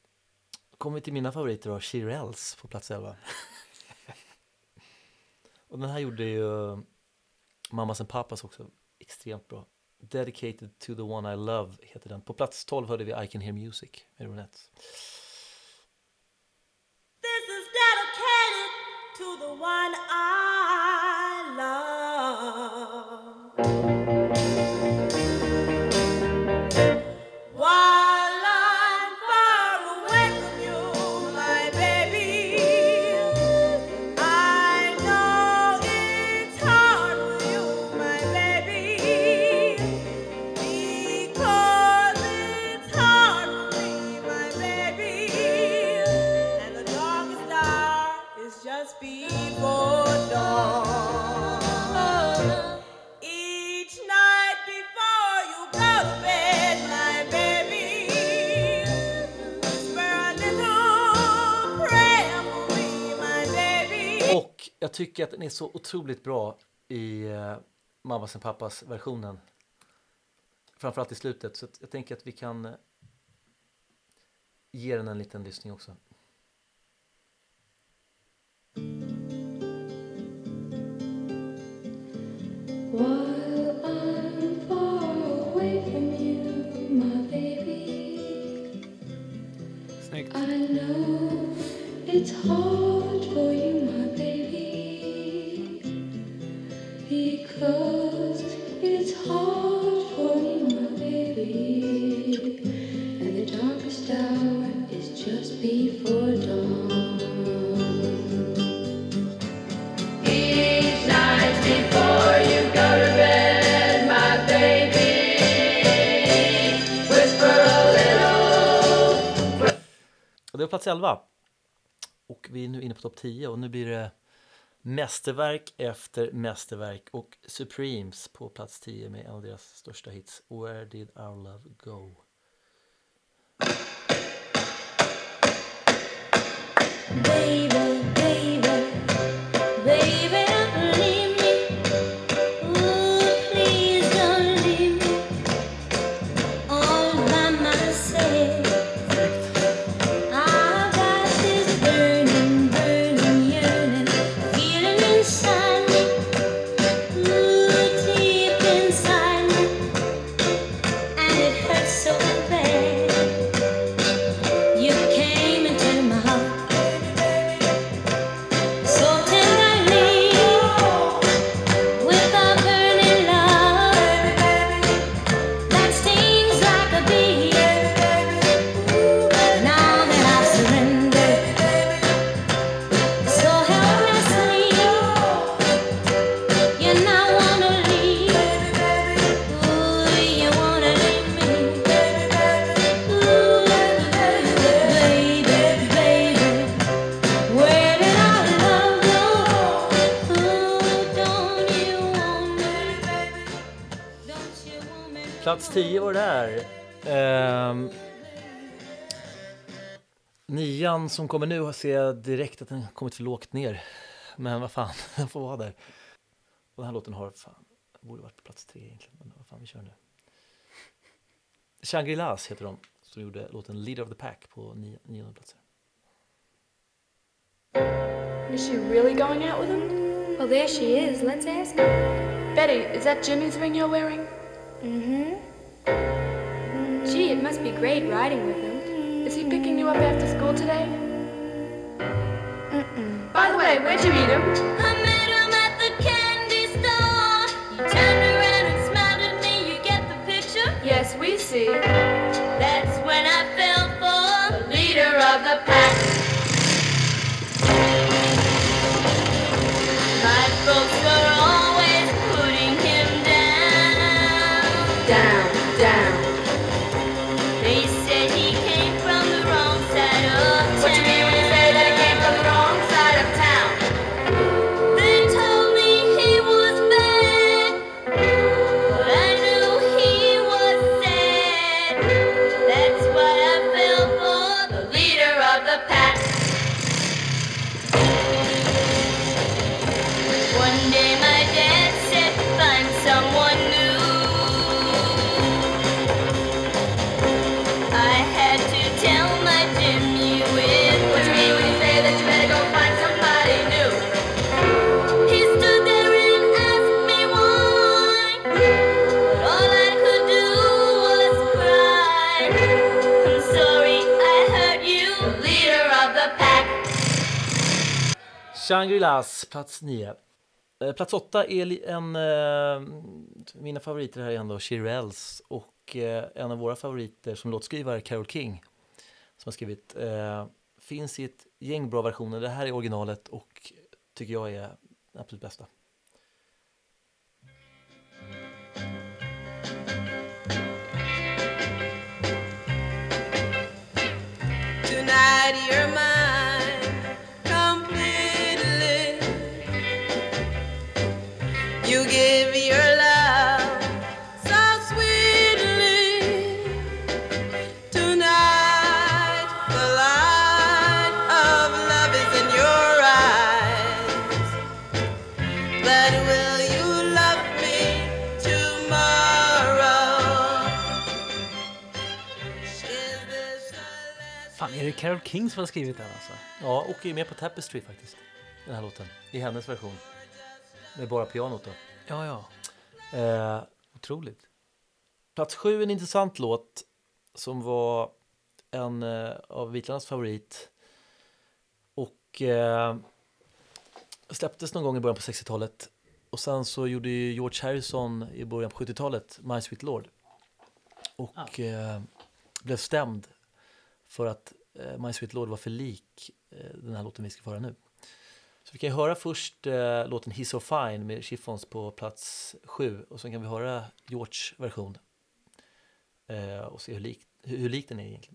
Speaker 2: kommer vi till mina favoriter då, Shirelles på plats elva. Och den här gjorde ju Mamas and Papas också extremt bra. Dedicated to the one I love heter den. På plats tolv hörde vi I Can Hear Music med Ronettes.
Speaker 5: This is dedicated to the one I love. While I'm far away from you, my baby, I know it's hard for you, my baby, because it's hard for me, my baby, and the darkest hour is just before dawn. Each night before you go to bed, my baby, whisper a little prayer for me, my baby.
Speaker 2: Och jag tycker att den är så otroligt bra i uh, Mamas and Papas versionen. Framförallt i slutet. Så att jag tänker att vi kan uh, ge den en liten lyssning också.
Speaker 4: While I'm far away from you, my baby,
Speaker 3: Snyggt.
Speaker 4: I know it's hard for you, my baby, because it's hard for me, my baby, and the darkest hour is just before dawn. Each night before you go to bed, my baby, whisper a little.
Speaker 2: Och det var plats elva. Och vi är nu inne på topp tio. Och nu blir det mästerverk efter mästerverk. Och Supremes på plats tio med en av deras största hits. Where did our love go?
Speaker 1: Baby, baby, baby, don't leave me. Ooh, please don't leave me all by myself. I've got this burning, burning yearning feeling inside me. Ooh, deep inside me, and it hurts so bad. You came into my heart so tenderly with a burning love that stings like a bee. Now that I've surrendered so helplessly, you now wanna leave. Ooh, you wanna leave me. Ooh, baby, baby, where did our love go? Ooh, don't you want me? Don't you want me?
Speaker 2: Plats tio var det här. Ehm, nian som kommer nu ser jag direkt att den har kommit för lågt ner. Men vad fan, den får vara där. Och den här låten har fan, borde varit på plats tre egentligen. Men vad fan, vi kör nu. Shangri-Las heter de. Som gjorde låten Leader of the Pack på nio, nionde platser.
Speaker 6: Is she really going out with him?
Speaker 7: Well, there she is. Let's ask her.
Speaker 6: Betty, is that Jimmy's ring you're wearing?
Speaker 7: Mm-hmm. Gee, it must be great riding with him.
Speaker 6: Is he picking you up after school today?
Speaker 7: Mm-mm.
Speaker 6: By the way, where'd you meet him?
Speaker 1: I met him at the candy store. You turned around and smiled at me. You get the picture?
Speaker 6: Yes, we see.
Speaker 1: That's when I fell for the leader of the pack. My folks are always putting him down.
Speaker 6: Down, down.
Speaker 1: They said he came from the wrong side of town.
Speaker 6: What you mean when you say that he came from the wrong side of town?
Speaker 2: Shangri-Las, plats nio. Eh, plats åtta är li- en... Eh, mina favoriter här är ändå Shirelles och eh, en av våra favoriter som låtskrivare, Carole King, som har skrivit. Eh, finns i ett gäng bra versioner. Det här är originalet och tycker jag är absolut bästa.
Speaker 5: Tonight you're mine completely. You give your love so sweetly. Tonight the light of love is in your eyes. But will you love me tomorrow? Is this a
Speaker 3: Fan, är det Carole King som har skrivit den alltså?
Speaker 2: Ja, och är med på Tapestry faktiskt, den här låten, i hennes version. Med bara pianot då.
Speaker 3: Ja, ja.
Speaker 2: Eh,
Speaker 3: Otroligt.
Speaker 2: plats sju, en intressant låt som var en eh, av Vitlands favorit. Och eh, släpptes någon gång i början på sextiotalet. Och sen så gjorde ju George Harrison i början på sjuttiotalet My Sweet Lord. Och
Speaker 3: Ah.
Speaker 2: eh, blev stämd för att eh, My Sweet Lord var för lik eh, den här låten vi ska föra nu. Så vi kan ju höra först eh, låten He's So Fine med Chiffons på plats sju. Och sen kan vi höra George version. Eh, och se hur lik, hur, hur lik den är egentligen.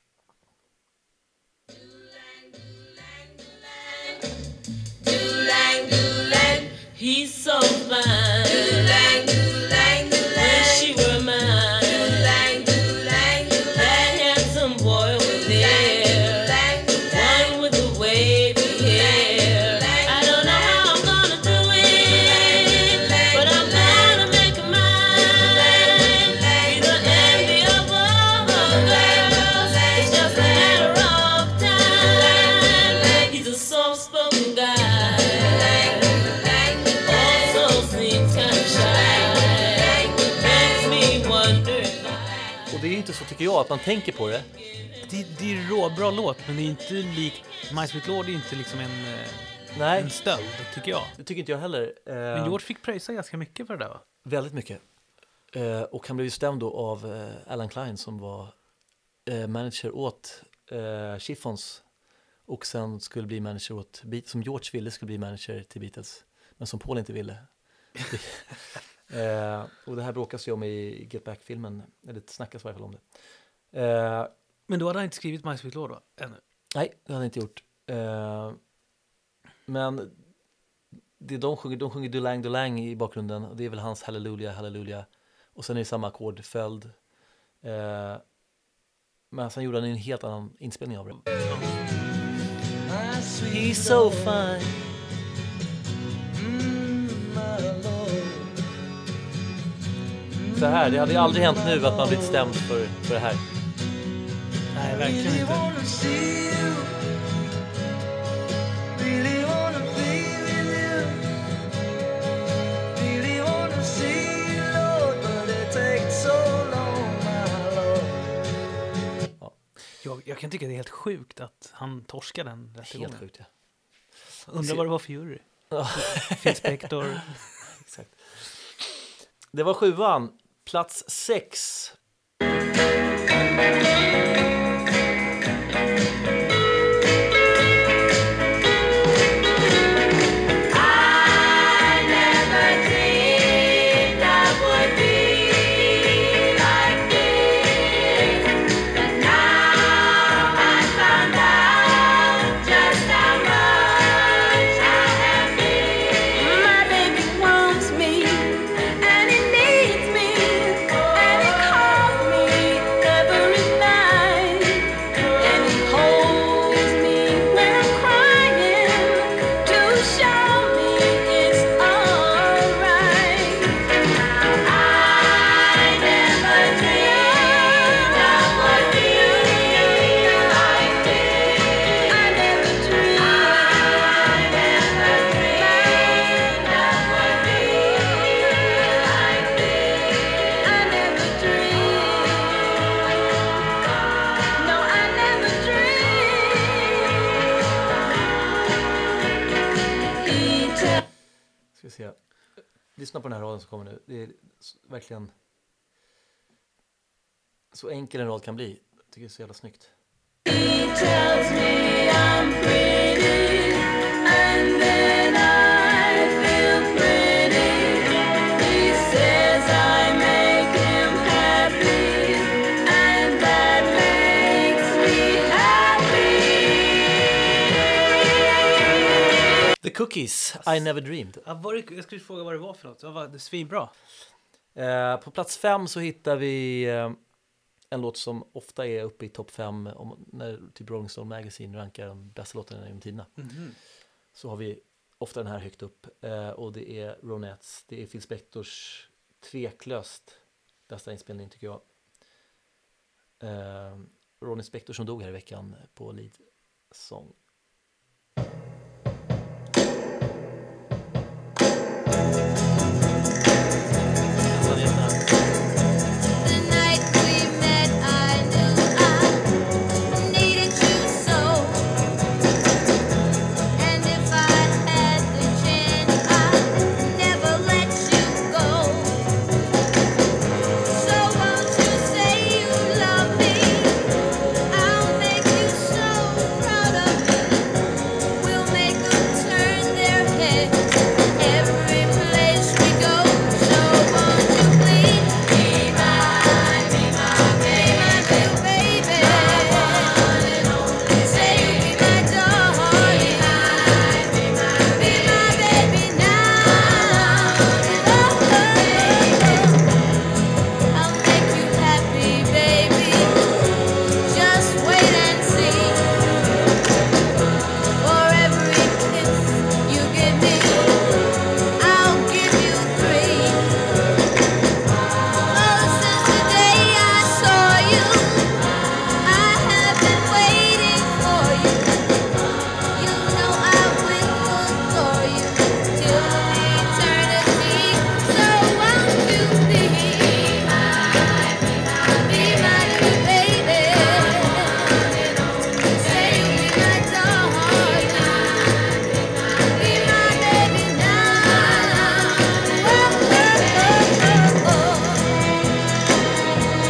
Speaker 5: Doo-lang, doo-lang, he's so fine. Doo-lang, doo-lang, doo-lang, wish she were mine. Doo-lang, doo-lang, doo-lang, that handsome boy over there. One with the wavy hair. I don't know how I'm gonna do it, but I'm gonna make him mine. He's the envy of all girls. It's just a matter of time. He's a soft-spoken guy.
Speaker 2: Och det är ju inte så, tycker jag, att man tänker på det.
Speaker 3: Det, det är en råbra låt, men det är inte likt... My Sweet Lord är inte liksom en, eh,
Speaker 2: Nej,
Speaker 3: en stöld, tycker jag.
Speaker 2: det tycker inte jag heller. Eh,
Speaker 3: Men George fick pröjsa ganska mycket för det där, va?
Speaker 2: Väldigt mycket. Eh, och han blev ju stämd då av eh, Alan Klein som var eh, manager åt eh, Chiffons. Och sen skulle bli manager åt, Be- som George ville skulle bli manager till Beatles. Men som Paul inte ville. eh, och det här bråkas ju om i Get Back-filmen. Eller det snackas i alla fall om det. Eh,
Speaker 3: Men då hade han inte skrivit My Sweet Lord, va? Ännu.
Speaker 2: Nej, det hade jag inte gjort. Eh, men det de sjunger, de sjunger Dulang Dulang i bakgrunden. Och det är väl hans Halleluja, Halleluja. Och sen är det samma ackordföljd. Eh, men sen gjorde han en helt annan inspelning av det. He's so fine. Så här, det hade ju aldrig hänt nu att man blivit stämd för, för det här.
Speaker 3: Nej, verkligen inte. Jag, jag kan tycka det är helt sjukt att han torskar den rättegången.
Speaker 2: Helt sjukt, ja.
Speaker 3: Undrar vad det var för jury.
Speaker 2: Ja.
Speaker 3: Phil Spector.
Speaker 2: Exakt. Det var sjuan. Plats sex.
Speaker 5: Every night
Speaker 2: Ska vi se. Lyssna på den här raden som kommer nu. Det är s- verkligen så enkel en rad kan bli. Jag tycker det är så jävla snyggt.
Speaker 5: tells me I'm pretty, and then I feel pretty. He says I make him happy, and that makes me happy.
Speaker 2: The Cookies, I Never Dreamed.
Speaker 3: Ja, var det, jag skulle fråga vad det var för något. Det var det är svinbra.
Speaker 2: Eh, på plats fem så hittar vi eh, en låt som ofta är uppe i topp fem om, när typ Rolling Stone Magazine rankar de bästa låtarna genom tiderna.
Speaker 3: Mhm.
Speaker 2: Så har vi ofta den här högt upp. Eh, och det är Ronettes, det är Phil Spectors tveklöst bästa inspelning tycker jag. Eh, Ronnie Spector som dog här i veckan på lead-sång.
Speaker 1: The night we met, I knew I needed you so. And if I had the chance, I'd never let you go. So won't you say you love me? I'll make you so proud of me. We'll make them turn their heads every place we go. So won't you please be mine, be mine, be my little baby? Say you'll be my darling, be my, be my baby now. I'll make you happy, baby. Just wait and see. For every kiss you give me, I'll give you three. Oh, since the day I saw you, I have been waiting for you. You know I will adore you till eternity. So won't you be mine, be my little baby? Say you'll be my darling, be my baby now. Oh, oh, oh, oh.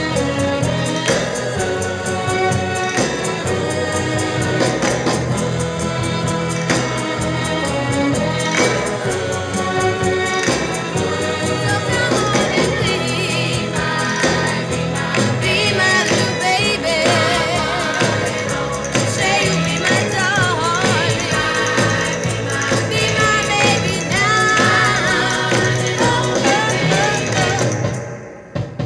Speaker 1: So come on and be mine, be my little baby. Say you'll be my darling, be my baby now. Oh, oh, oh, oh.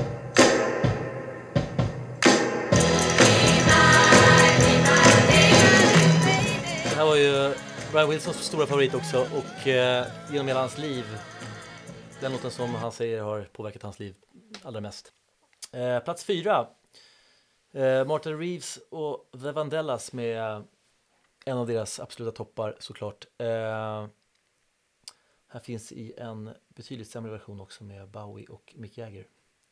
Speaker 2: Det här var ju Brian Wilsons stora favorit också och eh, genom hela hans liv den låten som han säger har påverkat hans liv allra mest. Eh, plats fyra eh, Martha Reeves och The Vandellas med en av deras absoluta toppar såklart. Eh, här finns i en betydligt sämre version också med Bowie och Mick Jagger.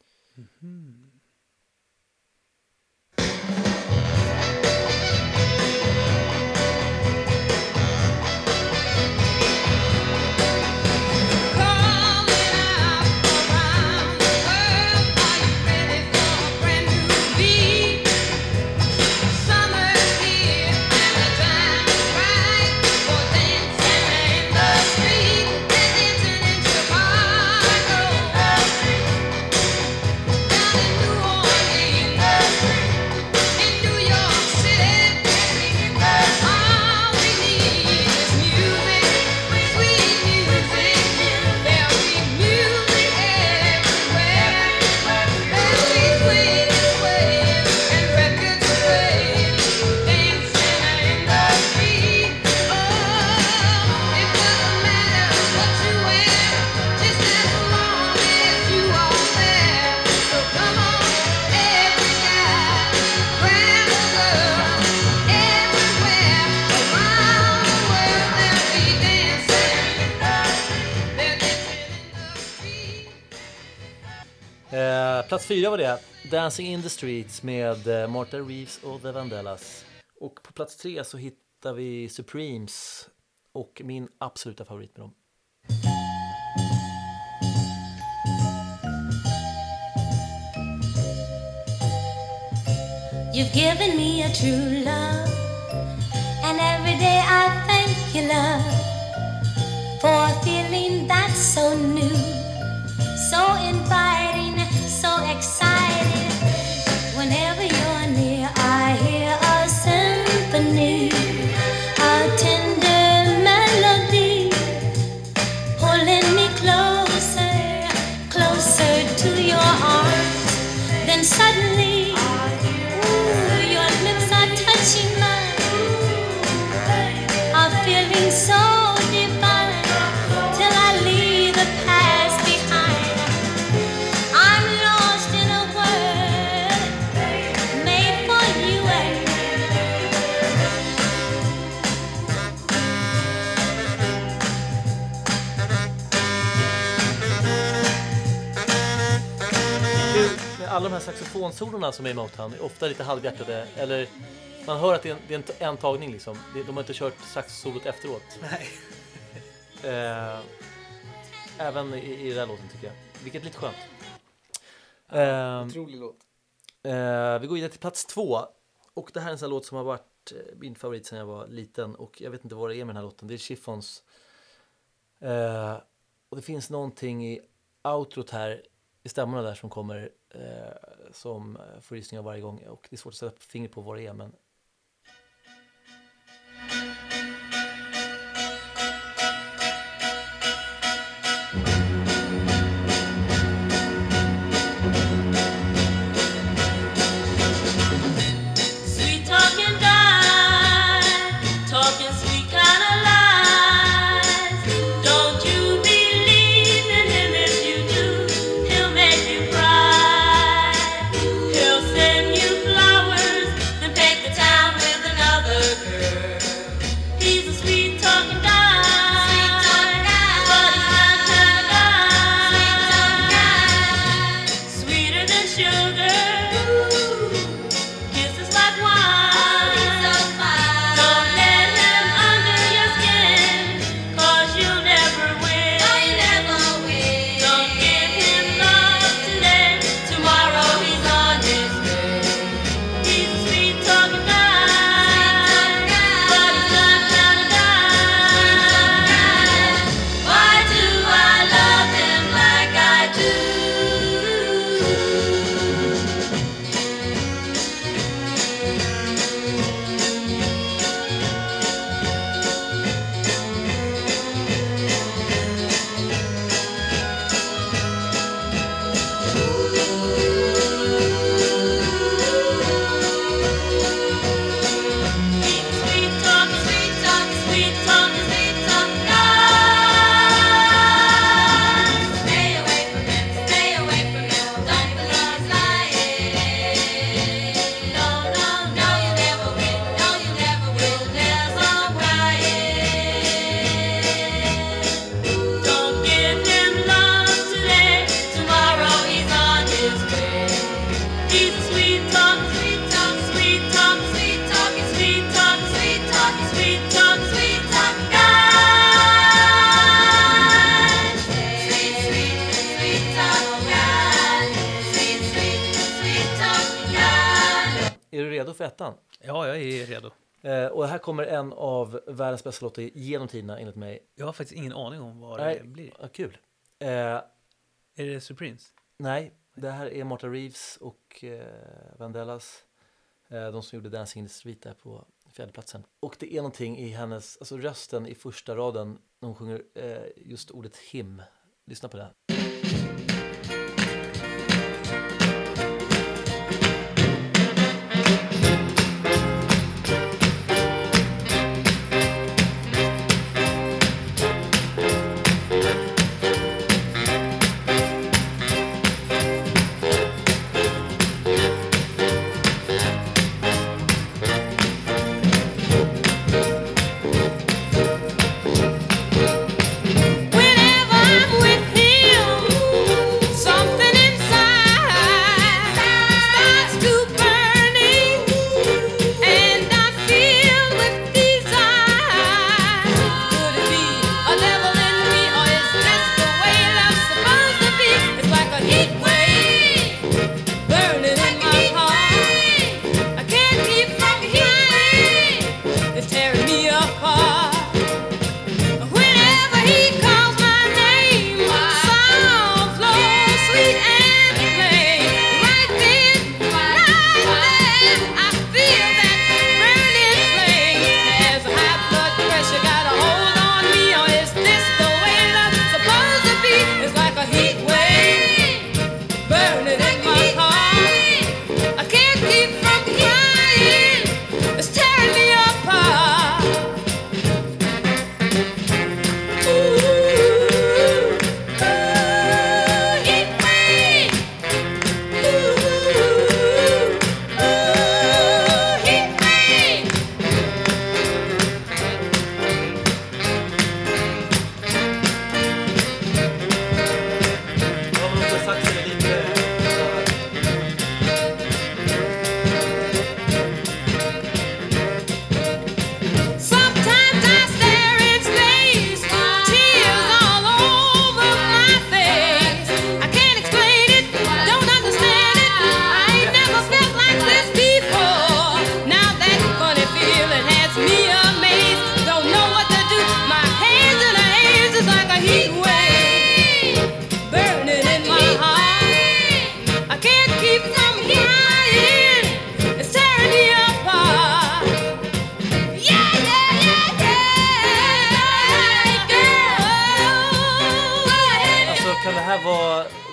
Speaker 2: Eh, plats fyra var det Dancing in the Streets med eh, Martha Reeves och The Vandellas. Och på plats tre så hittar vi Supremes och min absoluta favorit med dem,
Speaker 1: You've given me a true love, and every day I thank you, love, for a feeling that's so new, so inviting, so exciting. Whenever you're near, I hear a symphony, a tender melody, pulling me closer, closer to your arms. Then suddenly, ooh, your lips are touching mine, a feeling so divine, till I leave the past behind. I'm lost in a world made for you and me.
Speaker 2: Kul med alla de här saxofonsolorna som är i Motown är ofta lite halvhjärtade, eller man hör att det är en, det är en, en tagning liksom. Det- De har inte kört saxsolot efteråt.
Speaker 3: Nej.
Speaker 2: Eh, även i, i den här låten tycker jag. Vilket är lite skönt. Eh,
Speaker 3: Otrolig låt.
Speaker 2: eh, vi går vidare till plats två. Och det här är en sån här låt som har varit eh, min favorit sedan jag var liten. Och jag vet inte vad det är med den här låten. Det är Chiffons. Eh, och det finns någonting i outrot här, i stämmorna där som kommer, eh, som eh, får rysningar varje gång. Och det är svårt att sätta finger på vad det är, men
Speaker 1: Sweet talking die, talking sweet kind of lies. Don't you believe in him? If you do, he'll make you cry. He'll send you flowers, then paint the town with another girl. He's a sweet talking guy, but he's not kind of guy. Sweeter than sugar. Kisses like wine. Don't let him under your skin, 'cause you'll never win. Don't give him love today, tomorrow he's on his way. He's a sweet talking guy, but he's not kind of guy. Why do I love him like I do? Sweet talk, sweet talk, sweet talk, sweet talk, guy. Stay away from him, stay away from him. Don't believe he's lying. No, no, no, you never will. No, you never will. Never crying. Don't give him love today. Tomorrow he's on his way. He's a sweet talk, sweet talk, sweet talk, sweet talk, sweet talk, sweet talk, sweet talk, sweet talk, guy. Sweet, sweet, sweet talk, guy. Sweet, sweet, sweet talk, guy.
Speaker 2: är du redo för ettan?
Speaker 3: Ja, jag är redo.
Speaker 2: Eh, och här kommer en av världens bästa låtar genom tiderna enligt mig.
Speaker 3: Jag har faktiskt ingen aning om vad
Speaker 2: Nej,
Speaker 3: det blir.
Speaker 2: ja, kul. Eh,
Speaker 3: Är det Supremes?
Speaker 2: nej, det här är Martha Reeves och eh, Vandellas. Eh, de som gjorde Dancing in the Street där på fjärdeplatsen. Och det är någonting i hennes, alltså rösten i första raden när hon sjunger eh, just ordet him. Lyssna på det här.
Speaker 1: Whenever I'm with him,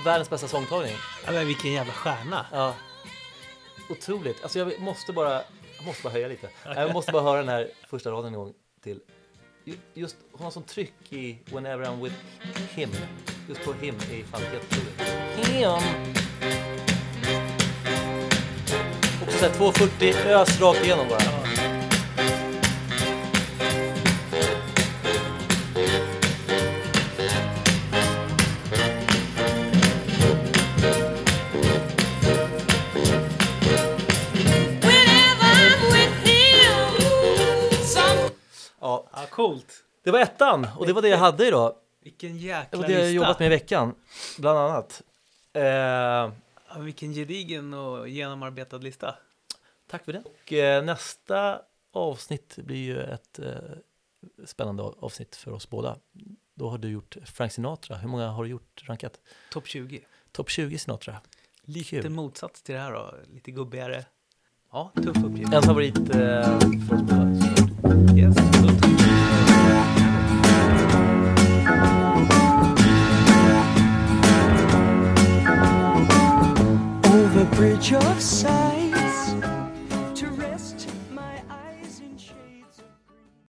Speaker 2: världens bästa sångtagning.
Speaker 3: Ja, men vilken jävla stjärna.
Speaker 2: Ja. Otroligt. Alltså jag måste bara jag måste bara höja lite. Jag måste bara höra den här första raden en gång till. Just hon har sån tryck i Whenever I'm with him. Just på him är fan helt otroligt. Him. Också så här tvåhundrafyrtio ös rakt igenom bara.
Speaker 3: Ja.
Speaker 2: Ja.
Speaker 3: Ja, coolt.
Speaker 2: Det var ettan och det var det jag hade idag.
Speaker 3: Vilken jäkla
Speaker 2: Det var det jag
Speaker 3: lista.
Speaker 2: jobbat med i veckan, bland annat. Eh,
Speaker 3: Ja, vilken gedigen och genomarbetad lista.
Speaker 2: tack för det. Och eh, nästa avsnitt blir ju ett eh, spännande avsnitt för oss båda. Då har du gjort Frank Sinatra. Hur många har du gjort rankat?
Speaker 3: Topp tjugo.
Speaker 2: Topp tjugo Sinatra.
Speaker 3: Lite
Speaker 2: Kul.
Speaker 3: motsats till det här då. Lite gubbigare. Ja, tuff uppgift.
Speaker 2: En favorit eh, för oss båda.
Speaker 3: Yes.